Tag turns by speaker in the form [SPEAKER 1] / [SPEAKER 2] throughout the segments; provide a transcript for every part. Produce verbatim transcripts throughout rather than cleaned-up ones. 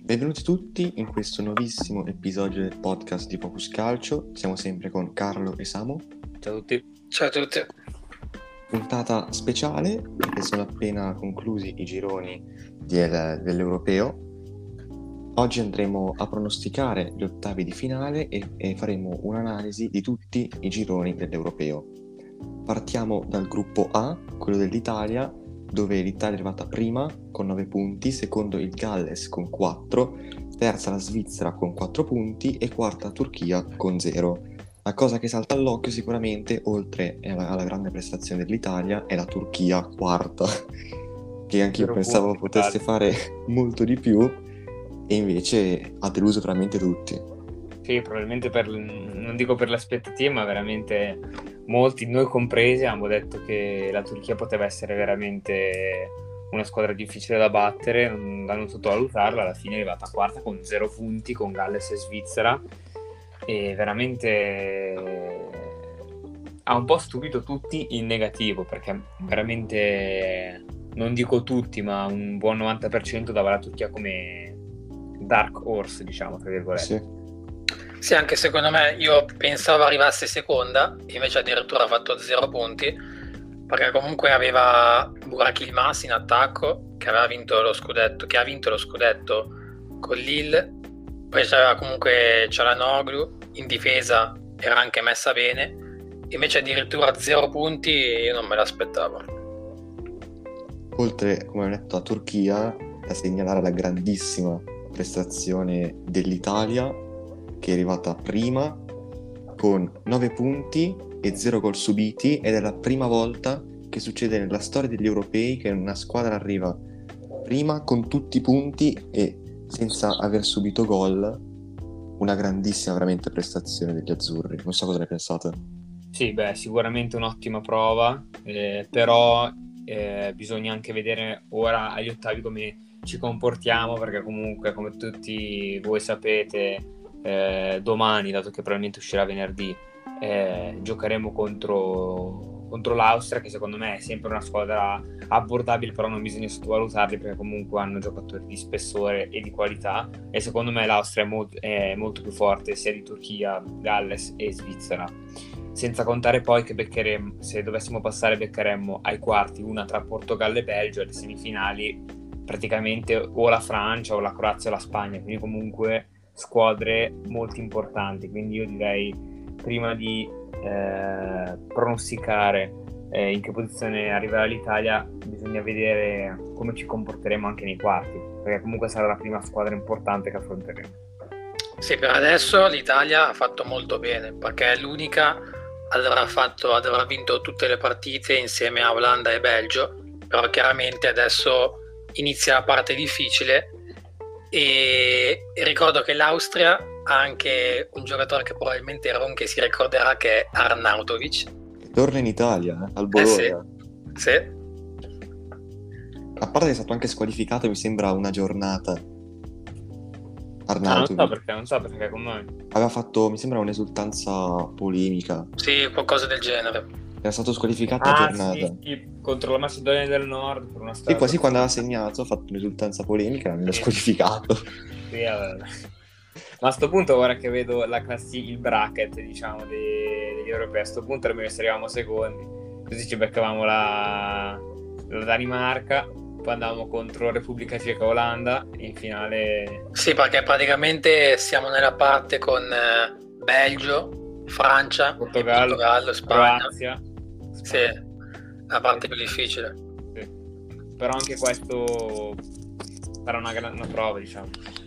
[SPEAKER 1] Benvenuti tutti in questo nuovissimo episodio del podcast di Focus Calcio. Siamo sempre con Carlo e Samu.
[SPEAKER 2] Ciao a tutti.
[SPEAKER 3] Ciao a tutti.
[SPEAKER 1] Puntata speciale perché sono appena conclusi i gironi del, dell'Europeo. Oggi andremo a pronosticare gli ottavi di finale e, e faremo un'analisi di tutti i gironi dell'Europeo. Partiamo dal gruppo A, quello dell'Italia, dove l'Italia è arrivata prima con nove punti, secondo il Galles con quattro, terza la Svizzera con quattro punti e quarta la Turchia con zero. La cosa che salta all'occhio sicuramente, oltre alla, alla grande prestazione dell'Italia, è la Turchia quarta, che anch'io
[SPEAKER 2] Zero
[SPEAKER 1] pensavo
[SPEAKER 2] punti,
[SPEAKER 1] potesse fare molto di più e invece ha deluso veramente tutti.
[SPEAKER 2] Sì, probabilmente per, non dico per le aspettative, ma veramente molti, noi compresi, abbiamo detto che la Turchia poteva essere veramente una squadra difficile da battere, non, da non sottovalutarla. Alla fine è arrivata quarta con zero punti con Galles e Svizzera e veramente ha un po' stupito tutti in negativo, perché veramente, non dico tutti, ma un buon novanta per cento dava la Turchia come dark horse, diciamo, tra virgolette.
[SPEAKER 1] Sì.
[SPEAKER 3] Sì, anche secondo me, io pensavo arrivasse seconda, invece addirittura ha fatto zero punti, perché comunque aveva Burak Yilmaz in attacco, che aveva vinto lo scudetto, che ha vinto lo scudetto con Lille, poi c'aveva comunque Çalhanoğlu, in difesa era anche messa bene, invece addirittura zero punti io non me l'aspettavo.
[SPEAKER 1] Oltre, come ho detto, a Turchia, da segnalare la grandissima prestazione dell'Italia, che è arrivata prima con nove punti e zero gol subiti, ed è la prima volta che succede nella storia degli europei che una squadra arriva prima con tutti i punti e senza aver subito gol. Una grandissima veramente prestazione degli azzurri. Non so cosa ne pensate.
[SPEAKER 2] Sì, beh, sicuramente un'ottima prova, eh, però eh, bisogna anche vedere ora agli ottavi come ci comportiamo, perché comunque, come tutti voi sapete, eh, domani, dato che probabilmente uscirà venerdì, eh, giocheremo contro, contro l'Austria, che secondo me è sempre una squadra abbordabile, però non bisogna sottovalutarli, perché comunque hanno giocatori di spessore e di qualità, e secondo me l'Austria è, molt- è molto più forte sia di Turchia, Galles e Svizzera. Senza contare poi che beccheremo, se dovessimo passare, beccheremmo ai quarti una tra Portogallo e Belgio, alle semifinali praticamente o la Francia o la Croazia o la Spagna, quindi comunque squadre molto importanti. Quindi io direi, prima di eh, pronosticare eh, in che posizione arriverà l'Italia, bisogna vedere come ci comporteremo anche nei quarti, perché comunque sarà la prima squadra importante che affronteremo.
[SPEAKER 3] Sì, per adesso l'Italia ha fatto molto bene, perché è l'unica ad aver fatto, ad aver vinto tutte le partite insieme a Olanda e Belgio, però chiaramente adesso inizia la parte difficile e, e ricordo che l'Austria ha anche un giocatore che probabilmente Ronche si ricorderà, che è Arnautovic.
[SPEAKER 1] Torna in Italia, eh, al Bologna.
[SPEAKER 3] Eh sì, sì.
[SPEAKER 1] A parte che è stato anche squalificato, mi sembra una giornata.
[SPEAKER 2] Ah, non
[SPEAKER 1] Arnautovic.
[SPEAKER 2] so perché, non so perché con noi.
[SPEAKER 1] Aveva fatto, mi sembra, un'esultanza polemica.
[SPEAKER 3] Sì, qualcosa del genere.
[SPEAKER 1] Era stato squalificato a
[SPEAKER 2] Ah,
[SPEAKER 1] giornata.
[SPEAKER 2] sì, sì, contro la Macedonia del Nord per una
[SPEAKER 1] Sì,
[SPEAKER 2] storia.
[SPEAKER 1] quasi quando aveva segnato ha fatto un'esultanza polemica, l'hanno
[SPEAKER 2] Sì.
[SPEAKER 1] squalificato.
[SPEAKER 2] Sì, vabbè. Ma a sto punto, ora che vedo la classi, il bracket, diciamo, dei- degli europei, a sto punto almeno se arrivavamo secondi, così ci beccavamo la, la Danimarca, poi andavamo contro Repubblica Ceca e Olanda, e in finale
[SPEAKER 3] Sì, perché praticamente siamo nella parte con eh, Belgio, Francia,
[SPEAKER 2] Portogallo,
[SPEAKER 3] Portogallo, Spagna.
[SPEAKER 2] Croazia.
[SPEAKER 3] Sì, la parte più difficile.
[SPEAKER 2] Sì. Però anche questo sarà una, gran- una prova, diciamo.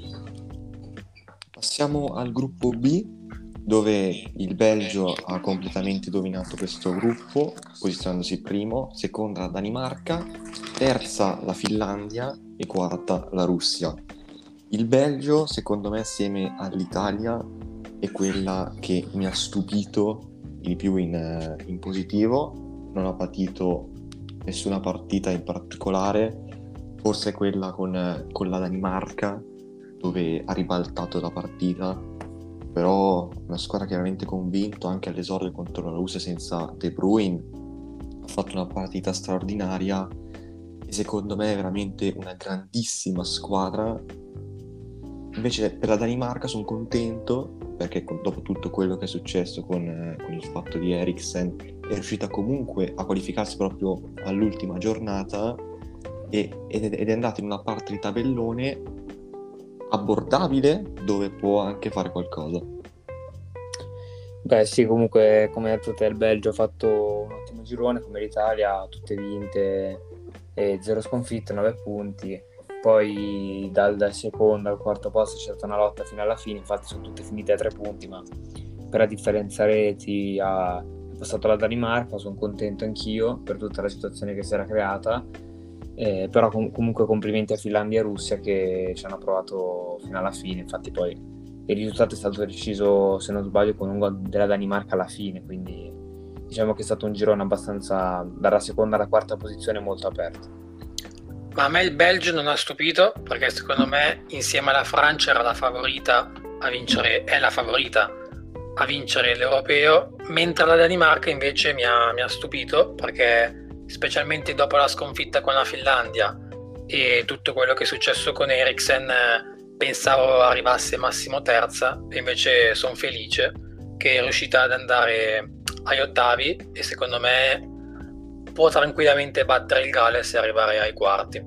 [SPEAKER 1] Passiamo al gruppo B, dove il Belgio ha completamente dominato questo gruppo, posizionandosi primo, seconda la Danimarca, terza la Finlandia e quarta la Russia. Il Belgio, secondo me, assieme all'Italia, è quella che mi ha stupito di più in, in positivo. Non ha patito nessuna partita in particolare, forse quella con, con la Danimarca, dove ha ribaltato la partita, però una squadra che ha veramente convinto anche all'esordio contro la Russia senza De Bruyne. Ha fatto una partita straordinaria e secondo me è veramente una grandissima squadra Invece per la Danimarca sono contento perché con- dopo tutto quello che è successo con, eh, con il fatto di Eriksen è riuscita comunque a qualificarsi proprio all'ultima giornata e- ed è ed è andata in una parte di tabellone abbordabile dove può anche fare qualcosa.
[SPEAKER 2] Beh sì, comunque come hai detto te il Belgio ha fatto un ottimo girone come l'Italia, tutte vinte e zero sconfitte, nove punti. Poi dal, dal secondo al quarto posto c'è stata una lotta fino alla fine, infatti sono tutte finite a tre punti, ma per la differenza reti ha è passato la Danimarca, sono contento anch'io per tutta la situazione che si era creata. Eh, però com- comunque complimenti a Finlandia e Russia che ci hanno provato fino alla fine, infatti poi il risultato è stato deciso, se non sbaglio, con un gol della Danimarca alla fine, quindi diciamo che è stato un girone abbastanza dalla seconda alla quarta posizione molto aperto.
[SPEAKER 3] Ma a me il Belgio non ha stupito perché secondo me insieme alla Francia era la favorita a vincere, è la favorita a vincere l'Europeo, mentre la Danimarca invece mi ha, mi ha stupito perché specialmente dopo la sconfitta con la Finlandia e tutto quello che è successo con Eriksen eh, pensavo arrivasse massimo terza e invece sono felice che è riuscita ad andare agli ottavi e secondo me può tranquillamente battere il Galles e arrivare ai quarti.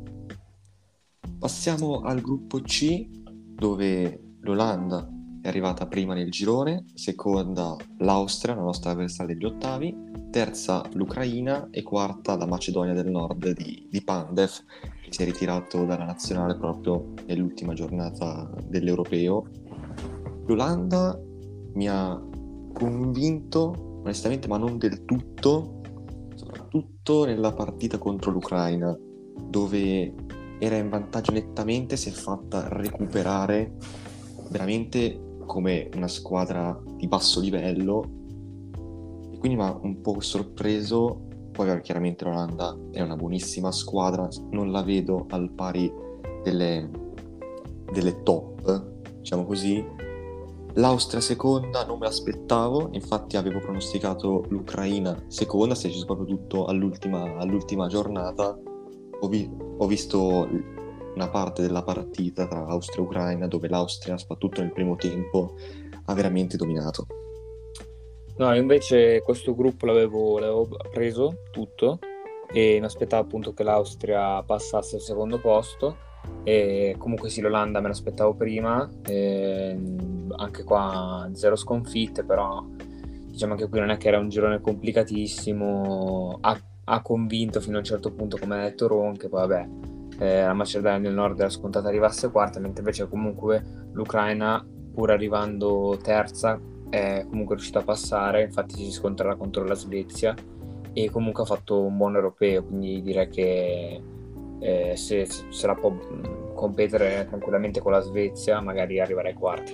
[SPEAKER 1] Passiamo al gruppo C, dove l'Olanda è arrivata prima nel girone, seconda l'Austria, la nostra avversaria degli ottavi, terza l'Ucraina e quarta la Macedonia del Nord di, di Pandev, che si è ritirato dalla nazionale proprio nell'ultima giornata dell'Europeo. L'Olanda mi ha convinto, onestamente, ma non del tutto, soprattutto nella partita contro l'Ucraina, dove era in vantaggio nettamente, si è fatta recuperare veramente come una squadra di basso livello e quindi mi ha un po' sorpreso. Poi chiaramente l'Olanda è una buonissima squadra, non la vedo al pari delle, delle top, diciamo così. L'Austria seconda non me l'aspettavo, infatti avevo pronosticato l'Ucraina seconda, si è deciso proprio tutto all'ultima, all'ultima giornata. Ho, vi- ho visto una parte della partita tra Austria e Ucraina dove l'Austria, soprattutto nel primo tempo, ha veramente dominato.
[SPEAKER 2] No, invece questo gruppo l'avevo, l'avevo preso tutto e mi aspettavo appunto che l'Austria passasse al secondo posto e comunque sì, l'Olanda me l'aspettavo prima, e anche qua zero sconfitte, però diciamo che qui non è che era un girone complicatissimo, ha, ha convinto fino a un certo punto come ha detto Ron, che poi vabbè eh, la Macedonia del Nord era scontata arrivasse quarta, mentre invece comunque l'Ucraina pur arrivando terza è comunque riuscita a passare, infatti si scontrerà contro la Svezia e comunque ha fatto un buon europeo, quindi direi che eh, se, se la può competere tranquillamente con la Svezia, magari arrivare ai quarti.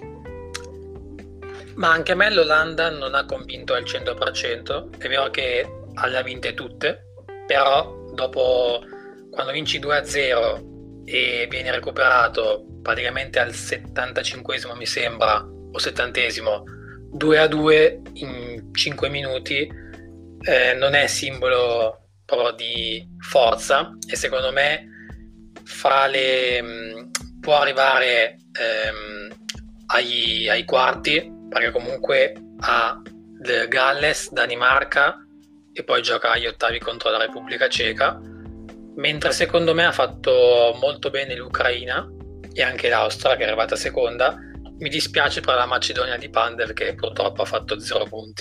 [SPEAKER 3] Ma anche a me l'Olanda non ha convinto al cento per cento, è vero che le ha vinte tutte, però dopo quando vinci due a zero e vieni recuperato praticamente al settantacinquesimo mi sembra, o settantesimo, due a due in cinque minuti eh, non è simbolo proprio di forza e secondo me fra le mh, può arrivare ehm, ai, ai quarti perché comunque ha il Galles, Danimarca e poi gioca agli ottavi contro la Repubblica Ceca, mentre secondo me ha fatto molto bene l'Ucraina e anche l'Austria che è arrivata seconda. Mi dispiace per la Macedonia di Pandev che purtroppo ha fatto zero punti.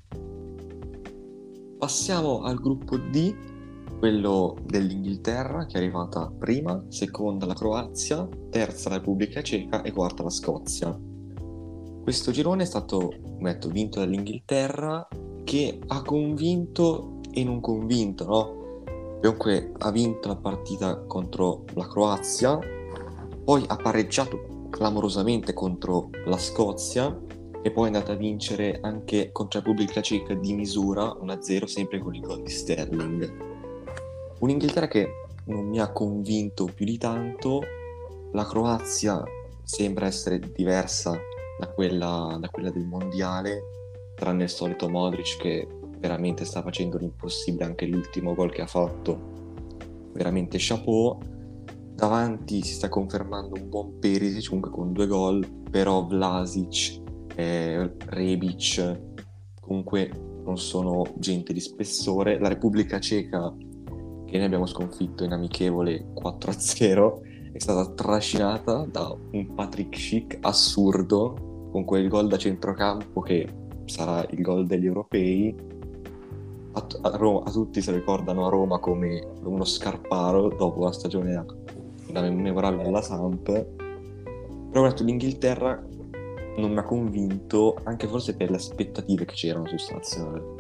[SPEAKER 1] Passiamo al gruppo D, quello dell'Inghilterra che è arrivata prima, seconda la Croazia, terza la Repubblica Ceca e quarta la Scozia. Questo girone è stato, come detto, vinto dall'Inghilterra che ha convinto e non convinto, no? Comunque ha vinto la partita contro la Croazia, poi ha pareggiato clamorosamente contro la Scozia e poi è andata a vincere anche contro la Repubblica Ceca di misura uno a zero, sempre con il gol di Sterling. Un'Inghilterra che non mi ha convinto più di tanto. La Croazia sembra essere diversa da quella, da quella del mondiale, tranne il solito Modric che veramente sta facendo l'impossibile, anche l'ultimo gol che ha fatto veramente chapeau. davanti si sta confermando un buon Perisic, comunque con due gol, però Vlasic, eh, Rebic, comunque non sono gente di spessore. La Repubblica Ceca, che noi abbiamo sconfitto in amichevole quattro a zero, è stata trascinata da un Patrick Schick assurdo, con quel gol da centrocampo che sarà il gol degli europei. A, a, Roma, a tutti si ricordano a Roma come uno scarparo dopo la stagione da memorabile alla Samp, però guarda, l'Inghilterra non mi ha convinto, anche forse per le aspettative che c'erano sul Nazionale.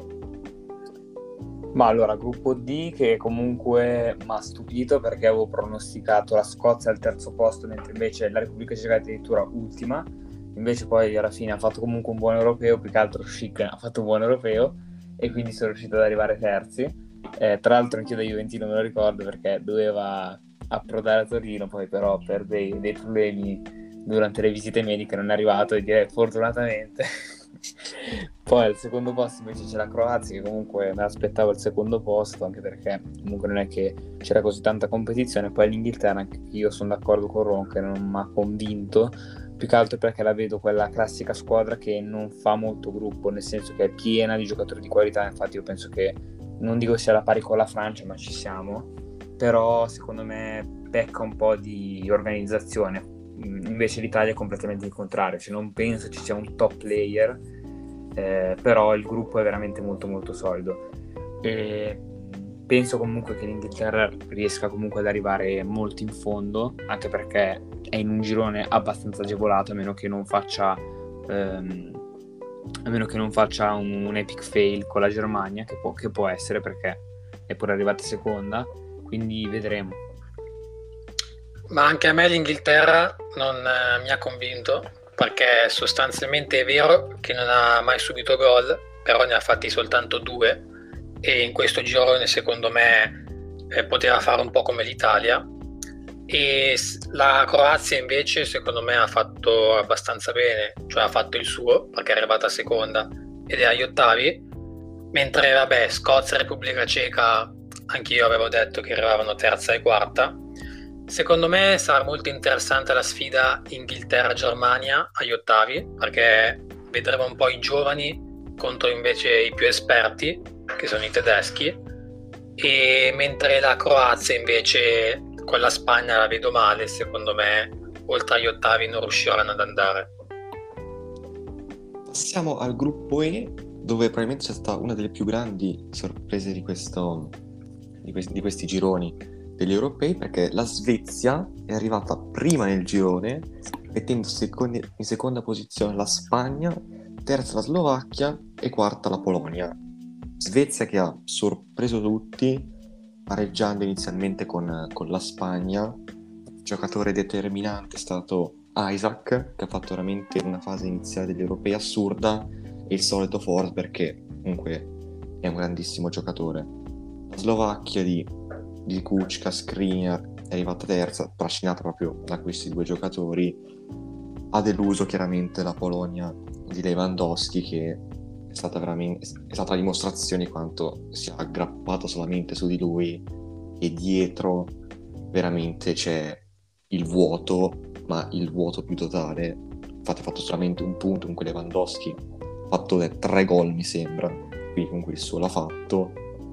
[SPEAKER 2] Ma allora, gruppo D, che comunque mi ha stupito perché avevo pronosticato la Scozia al terzo posto, mentre invece la Repubblica Ceca addirittura ultima. Invece poi alla fine ha fatto comunque un buon europeo, più che altro Schick ha fatto un buon europeo e quindi sono riuscito ad arrivare terzi. Eh, tra l'altro anch'io da Juventino me lo ricordo perché doveva approdare a Torino, poi però per dei, dei problemi durante le visite mediche non è arrivato, e direi fortunatamente. Poi al secondo posto invece c'è la Croazia, che comunque me l'aspettavo al secondo posto, anche perché comunque non è che c'era così tanta competizione. Poi l'Inghilterra, anche io sono d'accordo con Ron, che non mi ha convinto, più che altro perché la vedo quella classica squadra che non fa molto gruppo, nel senso che è piena di giocatori di qualità. Infatti io penso che, non dico sia la pari con la Francia, ma ci siamo, però secondo me pecca un po' di organizzazione. Invece l'Italia è completamente il contrario, cioè non penso ci sia un top player, eh, però il gruppo è veramente molto molto solido e penso comunque che l'Inghilterra riesca comunque ad arrivare molto in fondo, anche perché è in un girone abbastanza agevolato, a meno che non faccia ehm, a meno che non faccia un, un epic fail con la Germania, che può, che può essere, perché è pure arrivata seconda, quindi vedremo.
[SPEAKER 3] Ma anche a me l'Inghilterra non eh, mi ha convinto, perché sostanzialmente è vero che non ha mai subito gol, però ne ha fatti soltanto due, e in questo girone secondo me eh, poteva fare un po' come l'Italia. E la Croazia invece secondo me ha fatto abbastanza bene, cioè ha fatto il suo perché è arrivata seconda ed è agli ottavi, mentre vabbè, Scozia e Repubblica Ceca anch'io avevo detto che arrivavano terza e quarta. Secondo me sarà molto interessante la sfida Inghilterra-Germania agli ottavi, perché vedremo un po' i giovani contro invece i più esperti, che sono i tedeschi, e mentre la Croazia invece con la Spagna la vedo male, secondo me oltre agli ottavi non riusciranno ad andare.
[SPEAKER 1] Passiamo al gruppo E, dove probabilmente c'è stata una delle più grandi sorprese di, questo, di, questi, di questi gironi degli europei, perché la Svezia è arrivata prima nel girone, mettendo secondi, in seconda posizione la Spagna, terza la Slovacchia e quarta la Polonia. Svezia che ha sorpreso tutti, pareggiando inizialmente con, con la Spagna. Giocatore determinante è stato Isaac, che ha fatto veramente una fase iniziale degli europei assurda, e il solito Forsberg, che comunque è un grandissimo giocatore. La Slovacchia di, di Kučka, Skriniar è arrivata terza, trascinata proprio da questi due giocatori. Ha deluso chiaramente la Polonia di Lewandowski, che è stata veramente è stata la dimostrazione di quanto si è aggrappato solamente su di lui, e dietro veramente c'è il vuoto, ma il vuoto più totale. Infatti ha fatto solamente un punto, comunque Lewandowski ha fatto tre gol mi sembra, quindi comunque il suo l'ha fatto.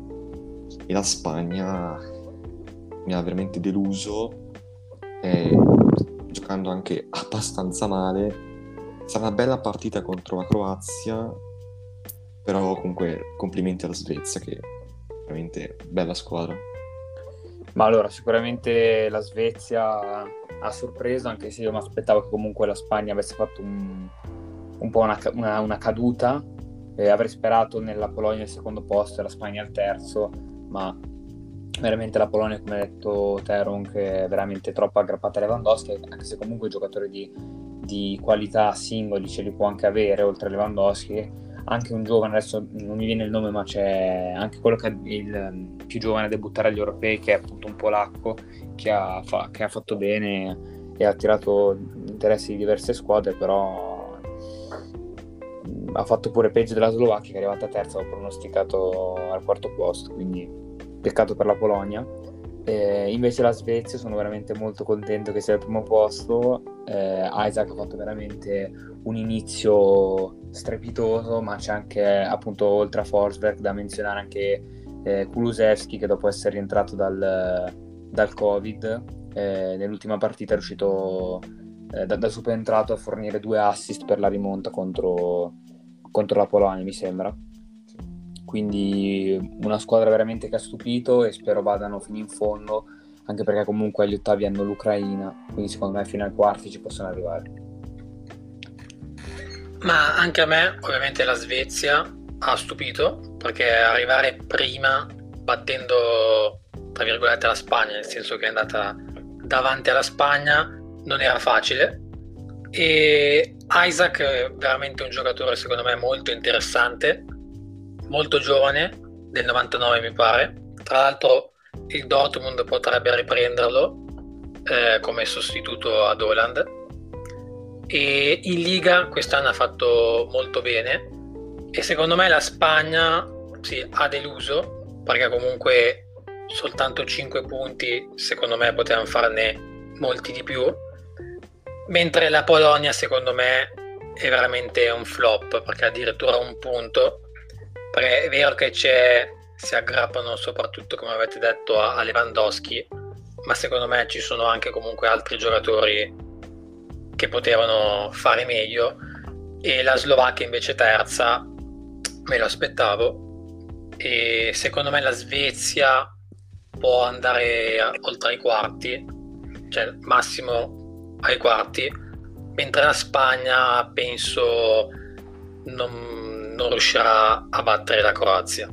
[SPEAKER 1] E la Spagna mi ha veramente deluso, eh, giocando anche abbastanza male. Sarà una bella partita contro la Croazia, però comunque complimenti alla Svezia, che è veramente bella squadra.
[SPEAKER 2] Ma allora, sicuramente la Svezia ha sorpreso, anche se io mi aspettavo che comunque la Spagna avesse fatto un, un po' una, una, una caduta. Eh, avrei sperato nella Polonia al secondo posto e la Spagna al terzo, ma veramente la Polonia, come ha detto Teron, che è veramente troppo aggrappata a Lewandowski, anche se comunque i giocatori di, di qualità singoli ce li può anche avere, oltre a Lewandowski. Anche un giovane, adesso non mi viene il nome, ma c'è anche quello che è il più giovane a debuttare agli europei, che è appunto un polacco, che ha, fa, che ha fatto bene e ha attirato interessi di diverse squadre, però ha fatto pure peggio della Slovacchia, che è arrivata terza, ho pronosticato al quarto posto, quindi peccato per la Polonia. Eh, invece la Svezia, sono veramente molto contento che sia al primo posto. eh, Isaac ha fatto veramente un inizio strepitoso, ma c'è anche, appunto, oltre a Forsberg, da menzionare anche eh, Kulusevski, che dopo essere rientrato dal, dal Covid, eh, nell'ultima partita è riuscito eh, da, da subentrato a fornire due assist per la rimonta contro, contro la Polonia, mi sembra. Quindi una squadra veramente che ha stupito, e spero vadano fino in fondo, anche perché comunque agli ottavi hanno l'Ucraina, quindi secondo me fino ai quarti ci possono arrivare.
[SPEAKER 3] Ma anche a me ovviamente la Svezia ha stupito, perché arrivare prima battendo tra virgolette la Spagna, nel senso che è andata davanti alla Spagna, non era facile. E Isaac è veramente un giocatore secondo me molto interessante, molto giovane, del novantanove mi pare. Tra l'altro il Dortmund potrebbe riprenderlo eh, come sostituto ad Haaland, e in Liga quest'anno ha fatto molto bene, e secondo me la Spagna sì, ha deluso, perché comunque soltanto cinque punti, secondo me potevano farne molti di più, mentre la Polonia secondo me è veramente un flop, perché addirittura un punto, perché è vero che c'è, si aggrappano soprattutto, come avete detto, a, a Lewandowski, ma secondo me ci sono anche comunque altri giocatori che potevano fare meglio. E la Slovacchia invece terza, me lo aspettavo, e secondo me la Svezia può andare a, oltre ai quarti, cioè massimo ai quarti, mentre la Spagna penso non, non riuscirà a battere la Croazia.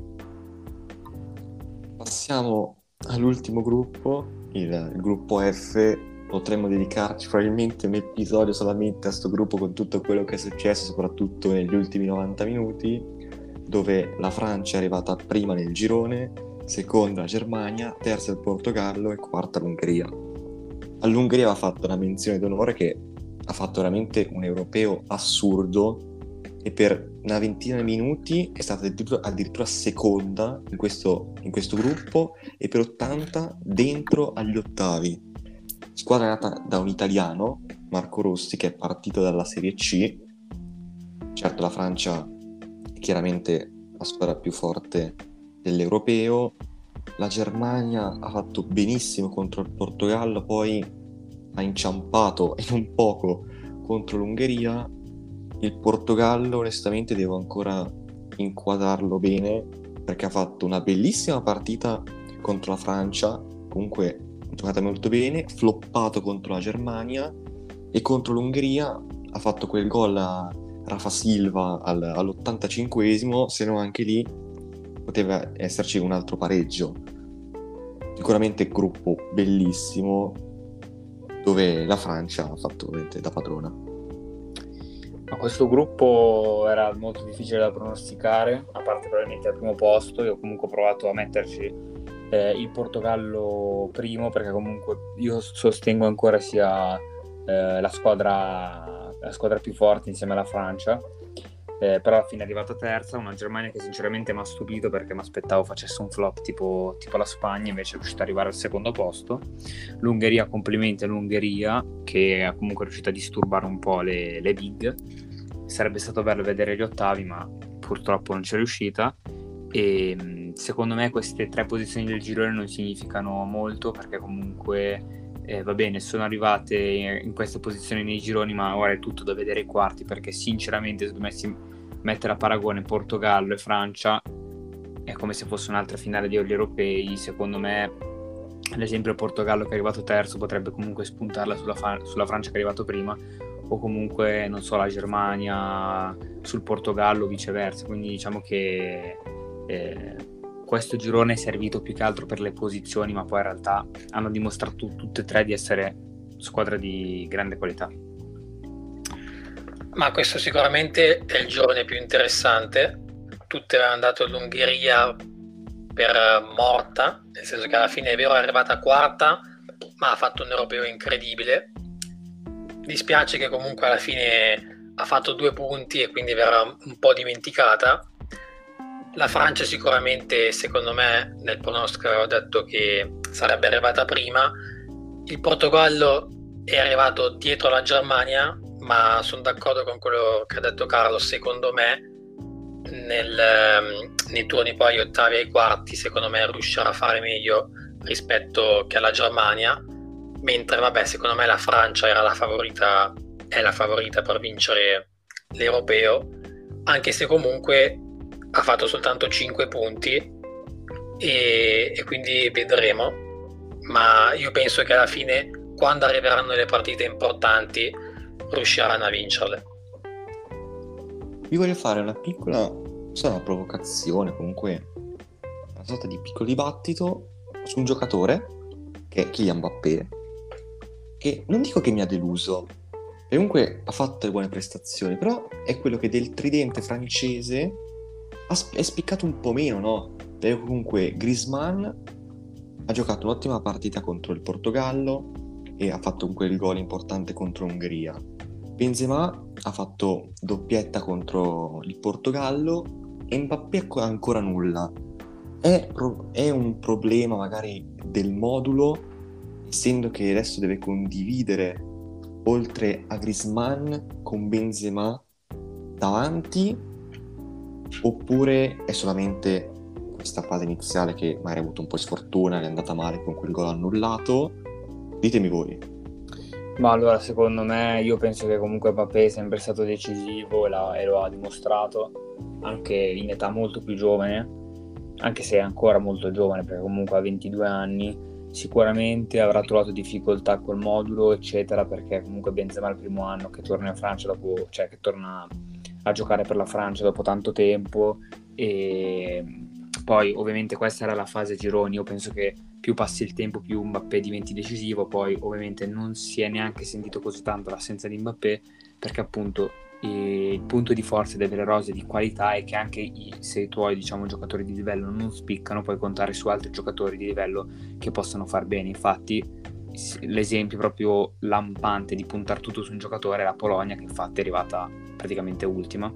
[SPEAKER 1] Passiamo all'ultimo gruppo, il, il gruppo F. Potremmo dedicarci probabilmente un episodio solamente a sto gruppo, con tutto quello che è successo, soprattutto negli ultimi novanta minuti, dove la Francia è arrivata prima nel girone, seconda la Germania, terza il Portogallo e quarta l'Ungheria. All'Ungheria va fatta una menzione d'onore, che ha fatto veramente un europeo assurdo, e per una ventina di minuti è stata addirittura, addirittura seconda in questo, in questo gruppo, e per ottanta dentro agli ottavi. Squadra nata da un italiano, Marco Rossi, che è partito dalla Serie C. Certo, la Francia è chiaramente la squadra più forte dell'europeo. La Germania ha fatto benissimo contro il Portogallo, poi ha inciampato e non poco contro l'Ungheria. Il Portogallo onestamente devo ancora inquadrarlo bene, perché ha fatto una bellissima partita contro la Francia, comunque giocata molto bene, floppato contro la Germania, e contro l'Ungheria ha fatto quel gol a Rafa Silva al, all'ottantacinquesimo, se no anche lì poteva esserci un altro pareggio. Sicuramente gruppo bellissimo, dove la Francia ha fatto veramente da padrona.
[SPEAKER 2] Ma questo gruppo era molto difficile da pronosticare, a parte probabilmente al primo posto. Io comunque ho provato a metterci eh, il Portogallo primo, perché comunque io sostengo ancora sia eh, la squadra la squadra più forte insieme alla Francia, eh, però alla fine è arrivata terza. Una Germania che sinceramente mi ha stupito, perché mi aspettavo facesse un flop tipo, tipo la Spagna, invece è riuscita ad arrivare al secondo posto. L'Ungheria, complimenti all'Ungheria, che è comunque riuscita a disturbare un po' le, le big. Sarebbe stato bello vedere gli ottavi, ma purtroppo non c'è riuscita. E secondo me queste tre posizioni del girone non significano molto, perché comunque eh, va bene, sono arrivate in queste posizioni nei gironi, ma ora è tutto da vedere ai quarti, perché sinceramente se dovessi mettere a paragone Portogallo e Francia è come se fosse un'altra finale di Oli europei. Secondo me l'esempio Portogallo, che è arrivato terzo, potrebbe comunque spuntarla sulla, fa- sulla Francia, che è arrivato prima, o comunque non so, la Germania sul Portogallo, viceversa. Quindi diciamo che eh, questo girone è servito più che altro per le posizioni, ma poi in realtà hanno dimostrato tutte e tre di essere squadre di grande qualità.
[SPEAKER 3] Ma questo sicuramente è il girone più interessante. Tutte avevano dato l'Ungheria per morta, nel senso che alla fine è vero è arrivata quarta, ma ha fatto un europeo incredibile. Dispiace che comunque alla fine ha fatto due punti e quindi verrà un po' dimenticata. La Francia sicuramente, secondo me, nel pronostico avevo detto che sarebbe arrivata prima. Il Portogallo è arrivato dietro la Germania, ma sono d'accordo con quello che ha detto Carlo. Secondo me nel, nei turni poi agli ottavi e ai quarti, secondo me riuscirà a fare meglio rispetto che alla Germania, mentre vabbè, secondo me la Francia era la favorita, è la favorita per vincere l'Europeo, anche se comunque ha fatto soltanto cinque punti e, e quindi vedremo, ma io penso che alla fine, quando arriveranno le partite importanti, riusciranno a vincerle.
[SPEAKER 1] Vi voglio fare una piccola, sarà una provocazione, comunque una sorta di piccolo dibattito su un giocatore che è Kylian Mbappé, che non dico che mi ha deluso, e comunque ha fatto delle buone prestazioni, però è quello che del tridente francese ha sp- è spiccato un po' meno, no? Perché comunque Griezmann ha giocato un'ottima partita contro il Portogallo e ha fatto comunque il gol importante contro l'Ungheria. Benzema ha fatto doppietta contro il Portogallo e Mbappé ancora nulla. È, pro- è un problema magari del modulo, essendo che adesso deve condividere oltre a Griezmann con Benzema davanti, oppure è solamente questa fase iniziale che magari ha avuto un po' di sfortuna, è andata male con quel gol annullato? Ditemi voi.
[SPEAKER 2] Ma allora, secondo me, io penso che comunque Mbappé è sempre stato decisivo e, la, e lo ha dimostrato anche in età molto più giovane, anche se è ancora molto giovane perché comunque ha ventidue anni. Sicuramente avrà trovato difficoltà col modulo eccetera, perché comunque Benzema è il primo anno che torna in Francia dopo, cioè che torna a giocare per la Francia dopo tanto tempo, e poi ovviamente questa era la fase gironi. Io penso che più passi il tempo più Mbappé diventi decisivo. Poi ovviamente non si è neanche sentito così tanto l'assenza di Mbappé, perché appunto il punto di forza delle rose di qualità è che anche i, se i tuoi diciamo giocatori di livello non spiccano, puoi contare su altri giocatori di livello che possono far bene. Infatti l'esempio proprio lampante di puntare tutto su un giocatore è la Polonia, che infatti è arrivata praticamente ultima,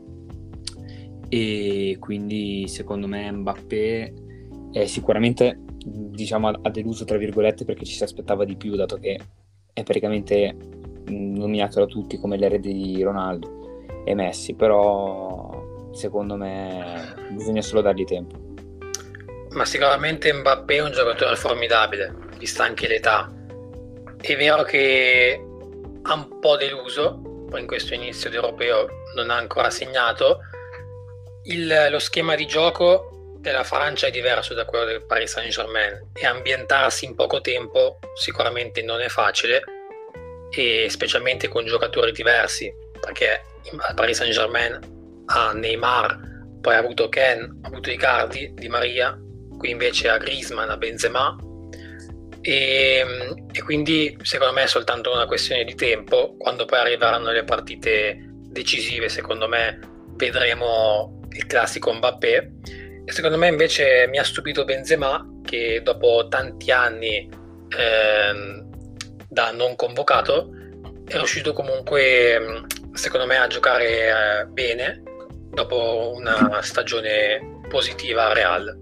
[SPEAKER 2] e quindi secondo me Mbappé è sicuramente, diciamo, ha deluso tra virgolette, perché ci si aspettava di più, dato che è praticamente nominato da tutti come l'erede di Ronaldo e Messi, però secondo me bisogna solo dargli tempo.
[SPEAKER 3] Ma sicuramente Mbappé è un giocatore formidabile, vista anche l'età. È vero che ha un po' deluso, poi in questo inizio di europeo non ha ancora segnato. Il, lo schema di gioco della Francia è diverso da quello del Paris Saint-Germain e ambientarsi in poco tempo sicuramente non è facile, e specialmente con giocatori diversi, perché al Paris Saint-Germain ha Neymar, poi ha avuto Ken, ha avuto Icardi, Di Maria, qui invece ha Griezmann, ha Benzema, e, e quindi secondo me è soltanto una questione di tempo. Quando poi arriveranno le partite decisive, secondo me vedremo il classico Mbappé. E secondo me invece mi ha stupito Benzema, che dopo tanti anni eh, da non convocato è riuscito comunque, secondo me, a giocare eh, bene dopo una stagione positiva a Real.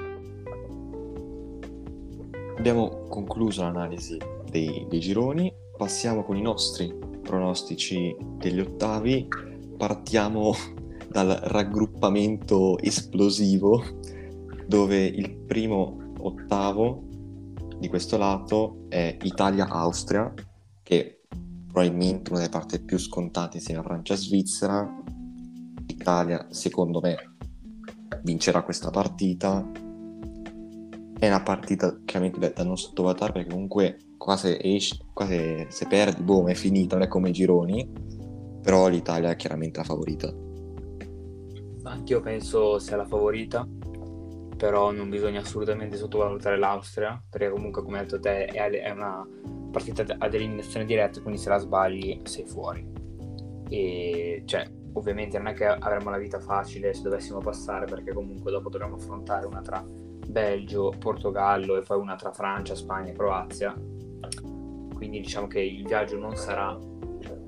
[SPEAKER 1] Abbiamo concluso l'analisi dei, dei gironi, passiamo con i nostri pronostici degli ottavi. Partiamo dal raggruppamento esplosivo, dove il primo ottavo di questo lato è Italia-Austria, che probabilmente una delle parti più scontate insieme a Francia e Svizzera. L'Italia, secondo me, vincerà questa partita. È una partita chiaramente da non sottovalutare, perché comunque qua se, esce, qua se, se perdi, boh, è finita, non è come i gironi, però l'Italia è chiaramente la favorita.
[SPEAKER 2] Anch'io penso sia la favorita, però non bisogna assolutamente sottovalutare l'Austria, perché comunque, come hai detto te, è una partita ad eliminazione diretta, quindi se la sbagli sei fuori. E cioè, ovviamente non è che avremo la vita facile se dovessimo passare, perché comunque dopo dovremo affrontare una tra Belgio, Portogallo e poi una tra Francia, Spagna e Croazia, quindi diciamo che il viaggio non sarà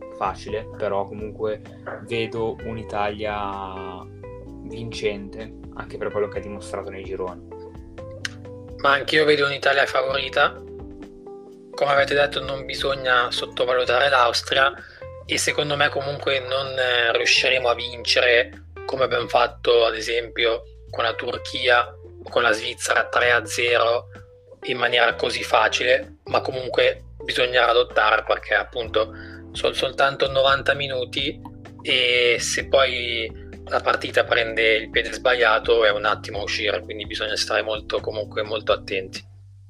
[SPEAKER 2] facile, però comunque vedo un'Italia vincente, anche per quello che ha dimostrato nei gironi.
[SPEAKER 3] Ma anch'io vedo un'Italia favorita. Come avete detto, non bisogna sottovalutare l'Austria, e secondo me comunque non eh, riusciremo a vincere come abbiamo fatto ad esempio con la Turchia o con la Svizzera tre a zero in maniera così facile, ma comunque bisognerà lottare, perché appunto sono soltanto novanta minuti e se poi la partita prende il piede sbagliato è un attimo a uscire, quindi bisogna stare molto comunque molto attenti.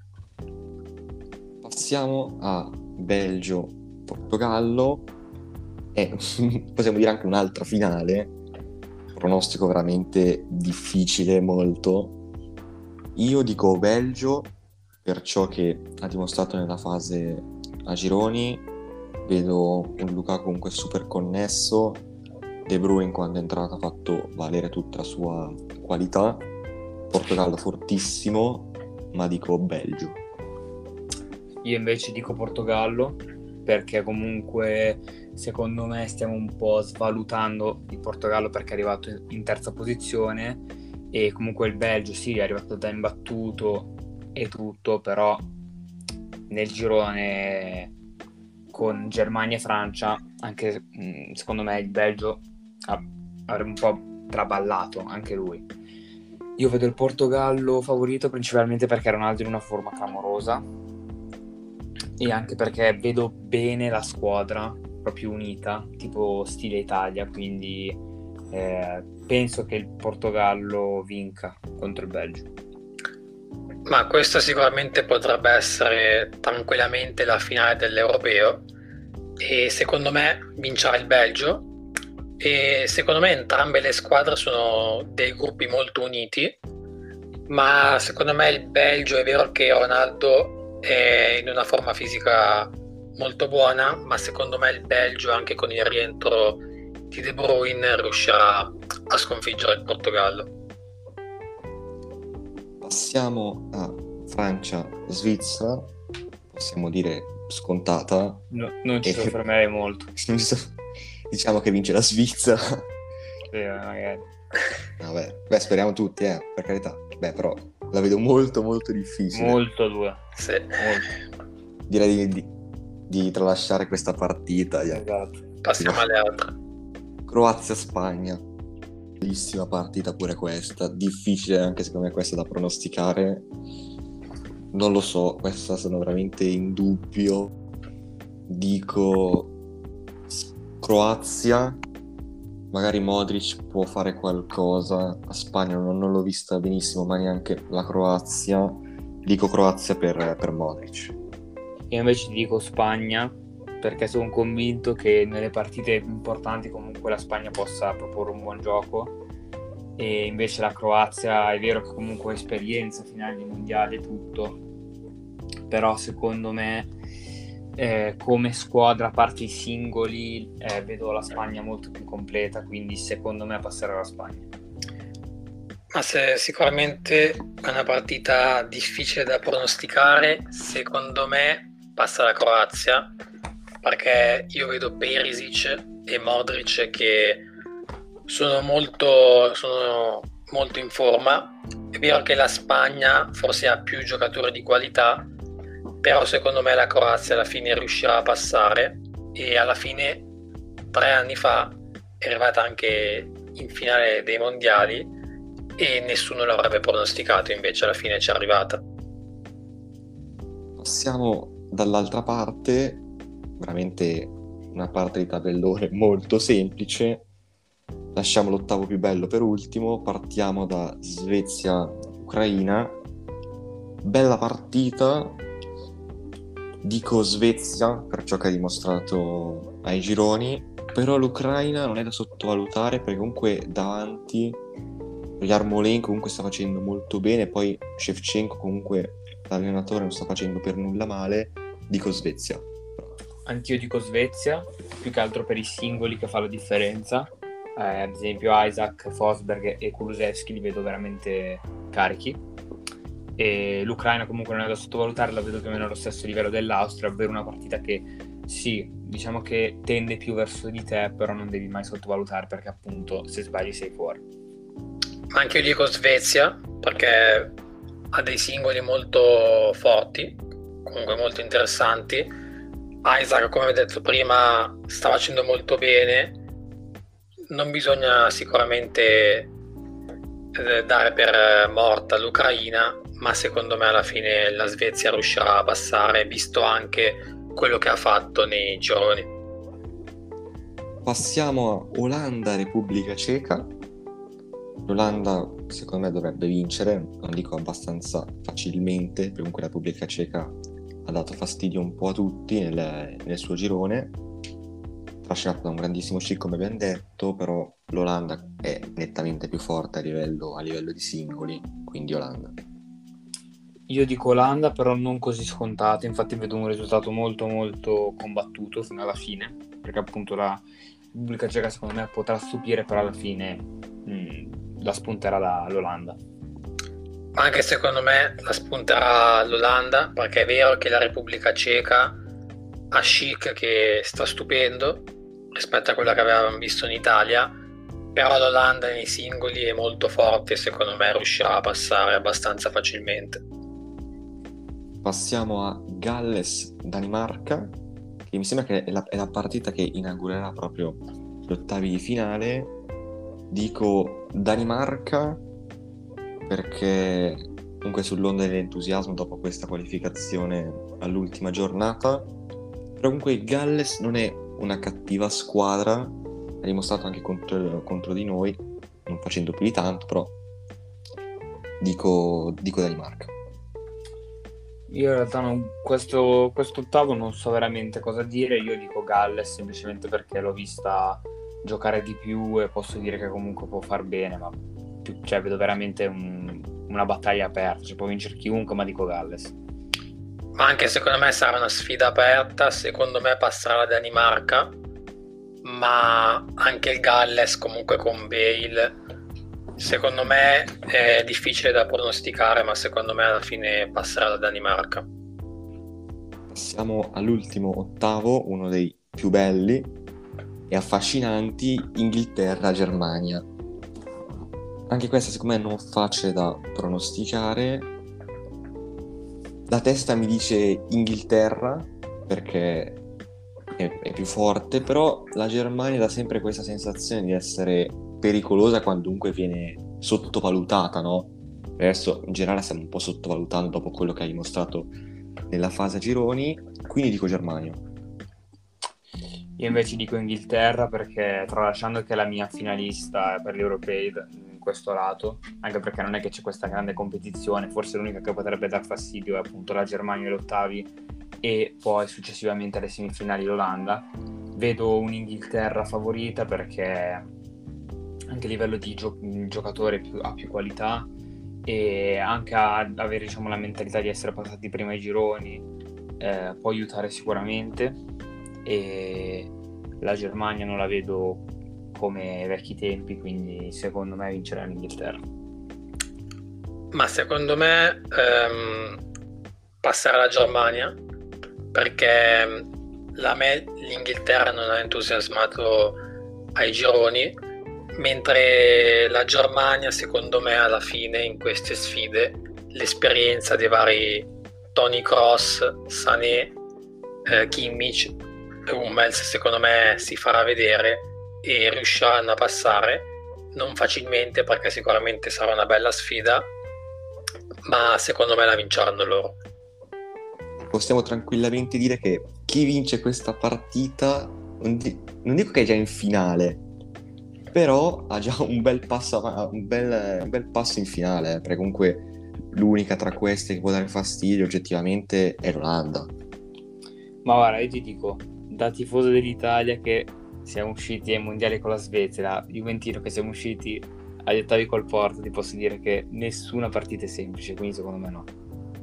[SPEAKER 1] Passiamo a Belgio-Portogallo e possiamo dire anche un'altra finale, pronostico veramente difficile, molto. Io dico Belgio per ciò che ha dimostrato nella fase a gironi. Vedo un Lukaku comunque super connesso, De Bruyne quando è entrato ha fatto valere tutta la sua qualità. Portogallo fortissimo, ma dico Belgio.
[SPEAKER 2] Io invece dico Portogallo, perché comunque secondo me stiamo un po' svalutando il Portogallo perché è arrivato in terza posizione, e comunque il Belgio sì, è arrivato da imbattuto e tutto, però nel girone con Germania e Francia anche secondo me il Belgio avrebbe un po' traballato anche lui. Io vedo il Portogallo favorito principalmente perché Ronaldo è in una forma clamorosa e anche perché vedo bene la squadra proprio unita, tipo stile Italia, quindi eh, penso che il Portogallo vinca contro il Belgio.
[SPEAKER 3] Ma questo sicuramente potrebbe essere tranquillamente la finale dell'Europeo e secondo me vincerà il Belgio, e secondo me entrambe le squadre sono dei gruppi molto uniti, ma secondo me il Belgio, è vero che Ronaldo è in una forma fisica molto buona, ma secondo me il Belgio anche con il rientro di De Bruyne riuscirà a sconfiggere il Portogallo.
[SPEAKER 1] Passiamo a Francia-Svizzera, possiamo dire scontata.
[SPEAKER 2] No, non ci
[SPEAKER 1] E-
[SPEAKER 2] soffermerei molto.
[SPEAKER 1] Diciamo che vince la Svizzera.
[SPEAKER 2] Sì, magari.
[SPEAKER 1] Vabbè, beh, speriamo tutti, eh, per carità. Beh, però la vedo molto molto difficile.
[SPEAKER 2] Molto dura.
[SPEAKER 3] Sì.
[SPEAKER 2] Molto.
[SPEAKER 1] Direi di, di, di tralasciare questa partita. yeah.
[SPEAKER 2] Esatto.
[SPEAKER 3] Passiamo alle altre.
[SPEAKER 1] Croazia-Spagna. Bellissima partita pure questa, difficile anche secondo me questa da pronosticare. Non lo so, questa sono veramente in dubbio. Dico Croazia, magari Modric può fare qualcosa. A Spagna non, non l'ho vista benissimo, ma neanche la Croazia. Dico Croazia per, per Modric.
[SPEAKER 2] Io invece ti dico Spagna, perché sono convinto che nelle partite importanti comunque la Spagna possa proporre un buon gioco, e invece la Croazia è vero che comunque ha esperienza, finale di mondiale e tutto, però secondo me eh, come squadra, a parte i singoli, eh, vedo la Spagna molto più completa, quindi secondo me passerà la Spagna.
[SPEAKER 3] Ma se sicuramente è una partita difficile da pronosticare, secondo me passa la Croazia, perché io vedo Perisic e Modric che sono molto, sono molto in forma. È vero che la Spagna forse ha più giocatori di qualità, però secondo me la Croazia alla fine riuscirà a passare, e alla fine tre anni fa è arrivata anche in finale dei mondiali e nessuno l'avrebbe pronosticato, invece alla fine ci è arrivata.
[SPEAKER 1] Passiamo dall'altra parte, veramente una parte di tabellone molto semplice. Lasciamo l'ottavo più bello per ultimo, partiamo da Svezia-Ucraina. Bella partita, dico Svezia per ciò che ha dimostrato ai gironi, però l'Ucraina non è da sottovalutare perché comunque davanti Yarmolenko comunque sta facendo molto bene, poi Shevchenko comunque l'allenatore non sta facendo per nulla male. Dico Svezia.
[SPEAKER 2] Anch'io dico Svezia, più che altro per i singoli che fa la differenza. Eh, ad esempio Isaac, Forsberg e Kulusevski li vedo veramente carichi, e l'Ucraina comunque non è da sottovalutare, la vedo più o meno allo stesso livello dell'Austria, ovvero una partita che sì, diciamo che tende più verso di te, però non devi mai sottovalutare perché appunto se sbagli sei fuori.
[SPEAKER 3] Ma anche io dico Svezia, perché ha dei singoli molto forti, comunque molto interessanti. Isaac, come ho detto prima, sta facendo molto bene. Non bisogna sicuramente eh, dare per morta l'Ucraina, ma secondo me alla fine la Svezia riuscirà a passare, visto anche quello che ha fatto nei gironi.
[SPEAKER 1] Passiamo a Olanda, Repubblica Ceca. L'Olanda secondo me dovrebbe vincere, non dico abbastanza facilmente, perché comunque la Repubblica Ceca ha dato fastidio un po' a tutti nel, nel suo girone, trascinato da un grandissimo sci come abbiamo detto, però l'Olanda è nettamente più forte a livello, a livello di singoli, quindi Olanda.
[SPEAKER 2] Io dico Olanda, però non così scontato, infatti vedo un risultato molto molto combattuto fino alla fine, perché appunto la Repubblica Ceca secondo me potrà stupire, però alla fine mh, la spunterà da, l'Olanda.
[SPEAKER 3] Ma anche secondo me la spunterà l'Olanda, perché è vero che la Repubblica Ceca ha Schick che sta stupendo rispetto a quella che avevamo visto in Italia, però l'Olanda nei singoli è molto forte e secondo me riuscirà a passare abbastanza facilmente.
[SPEAKER 1] Passiamo a Galles-Danimarca, che mi sembra che è la, è la partita che inaugurerà proprio gli ottavi di finale. Dico Danimarca perché comunque sull'onda dell'entusiasmo dopo questa qualificazione all'ultima giornata, però comunque il Galles non è una cattiva squadra, ha dimostrato anche contro, contro di noi, non facendo più di tanto, però dico, dico Danimarca.
[SPEAKER 2] Io in realtà non, questo ottavo non so veramente cosa dire, io dico Galles semplicemente perché l'ho vista giocare di più e posso dire che comunque può far bene, ma più, cioè, vedo veramente un, una battaglia aperta, cioè, può vincere chiunque, ma dico Galles.
[SPEAKER 3] Ma anche secondo me sarà una sfida aperta, secondo me passerà la Danimarca, ma anche il Galles comunque con Bale, secondo me è difficile da pronosticare, ma secondo me alla fine passerà la Danimarca.
[SPEAKER 1] Passiamo all'ultimo ottavo, uno dei più belli e affascinanti, Inghilterra-Germania. Anche questa secondo me non facile da pronosticare. La testa mi dice Inghilterra perché è, è più forte, però la Germania dà sempre questa sensazione di essere pericolosa quando dunque viene sottovalutata, no? Adesso in generale stiamo un po' sottovalutando dopo quello che ha dimostrato nella fase a gironi, quindi dico Germania.
[SPEAKER 2] Io invece dico Inghilterra perché, tralasciando che è la mia finalista per gli europei in questo lato, anche perché non è che c'è questa grande competizione, forse l'unica che potrebbe dar fastidio è appunto la Germania agli ottavi e poi successivamente alle semifinali l'Olanda. Vedo un'Inghilterra favorita perché anche a livello di gio- giocatore più, ha più qualità e anche a avere diciamo la mentalità di essere passati prima ai gironi eh, può aiutare sicuramente, e la Germania non la vedo come ai vecchi tempi, quindi secondo me vincerà l'Inghilterra.
[SPEAKER 3] Ma secondo me ehm, passerà la Germania perché la me, l'Inghilterra non ha entusiasmato ai gironi, mentre la Germania secondo me alla fine in queste sfide l'esperienza dei vari Toni Kroos, Sané, eh, Kimmich e Hummels secondo me si farà vedere e riusciranno a passare, non facilmente perché sicuramente sarà una bella sfida, ma secondo me la vinceranno loro.
[SPEAKER 1] Possiamo tranquillamente dire che chi vince questa partita non, di- non dico che è già in finale, però ha già un bel passo av- un bel, un bel passo in finale, eh, perché comunque l'unica tra queste che può dare fastidio oggettivamente è l'Olanda.
[SPEAKER 2] Ma guarda, io ti dico, da tifoso dell'Italia che siamo usciti ai mondiali con la Svezia, da juventino che siamo usciti agli ottavi col Porto, ti posso dire che nessuna partita è semplice, quindi secondo me no.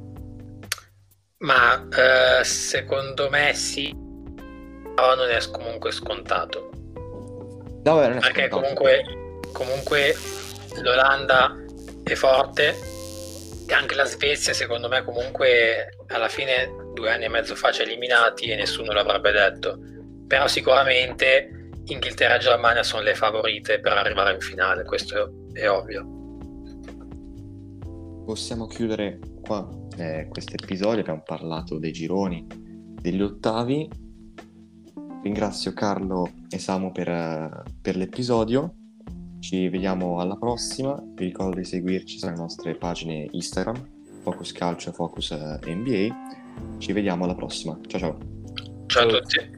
[SPEAKER 3] Ma eh, secondo me sì, però non è comunque scontato.
[SPEAKER 1] No, vabbè, non è
[SPEAKER 3] Perché
[SPEAKER 1] scontato.
[SPEAKER 3] comunque, comunque l'Olanda è forte e anche la Svezia secondo me comunque alla fine due anni e mezzo fa ci ha eliminati e nessuno l'avrebbe detto, però sicuramente Inghilterra e Germania sono le favorite per arrivare in finale, questo è ovvio.
[SPEAKER 1] possiamo chiudere qua eh, questo episodio. Abbiamo parlato dei gironi, degli ottavi. Ringrazio Carlo e Samu per, per l'episodio. Ci vediamo alla prossima. Vi ricordo di seguirci sulle nostre pagine Instagram, Focus Calcio e Focus N B A. Ci vediamo alla prossima. Ciao ciao.
[SPEAKER 3] Ciao a tutti.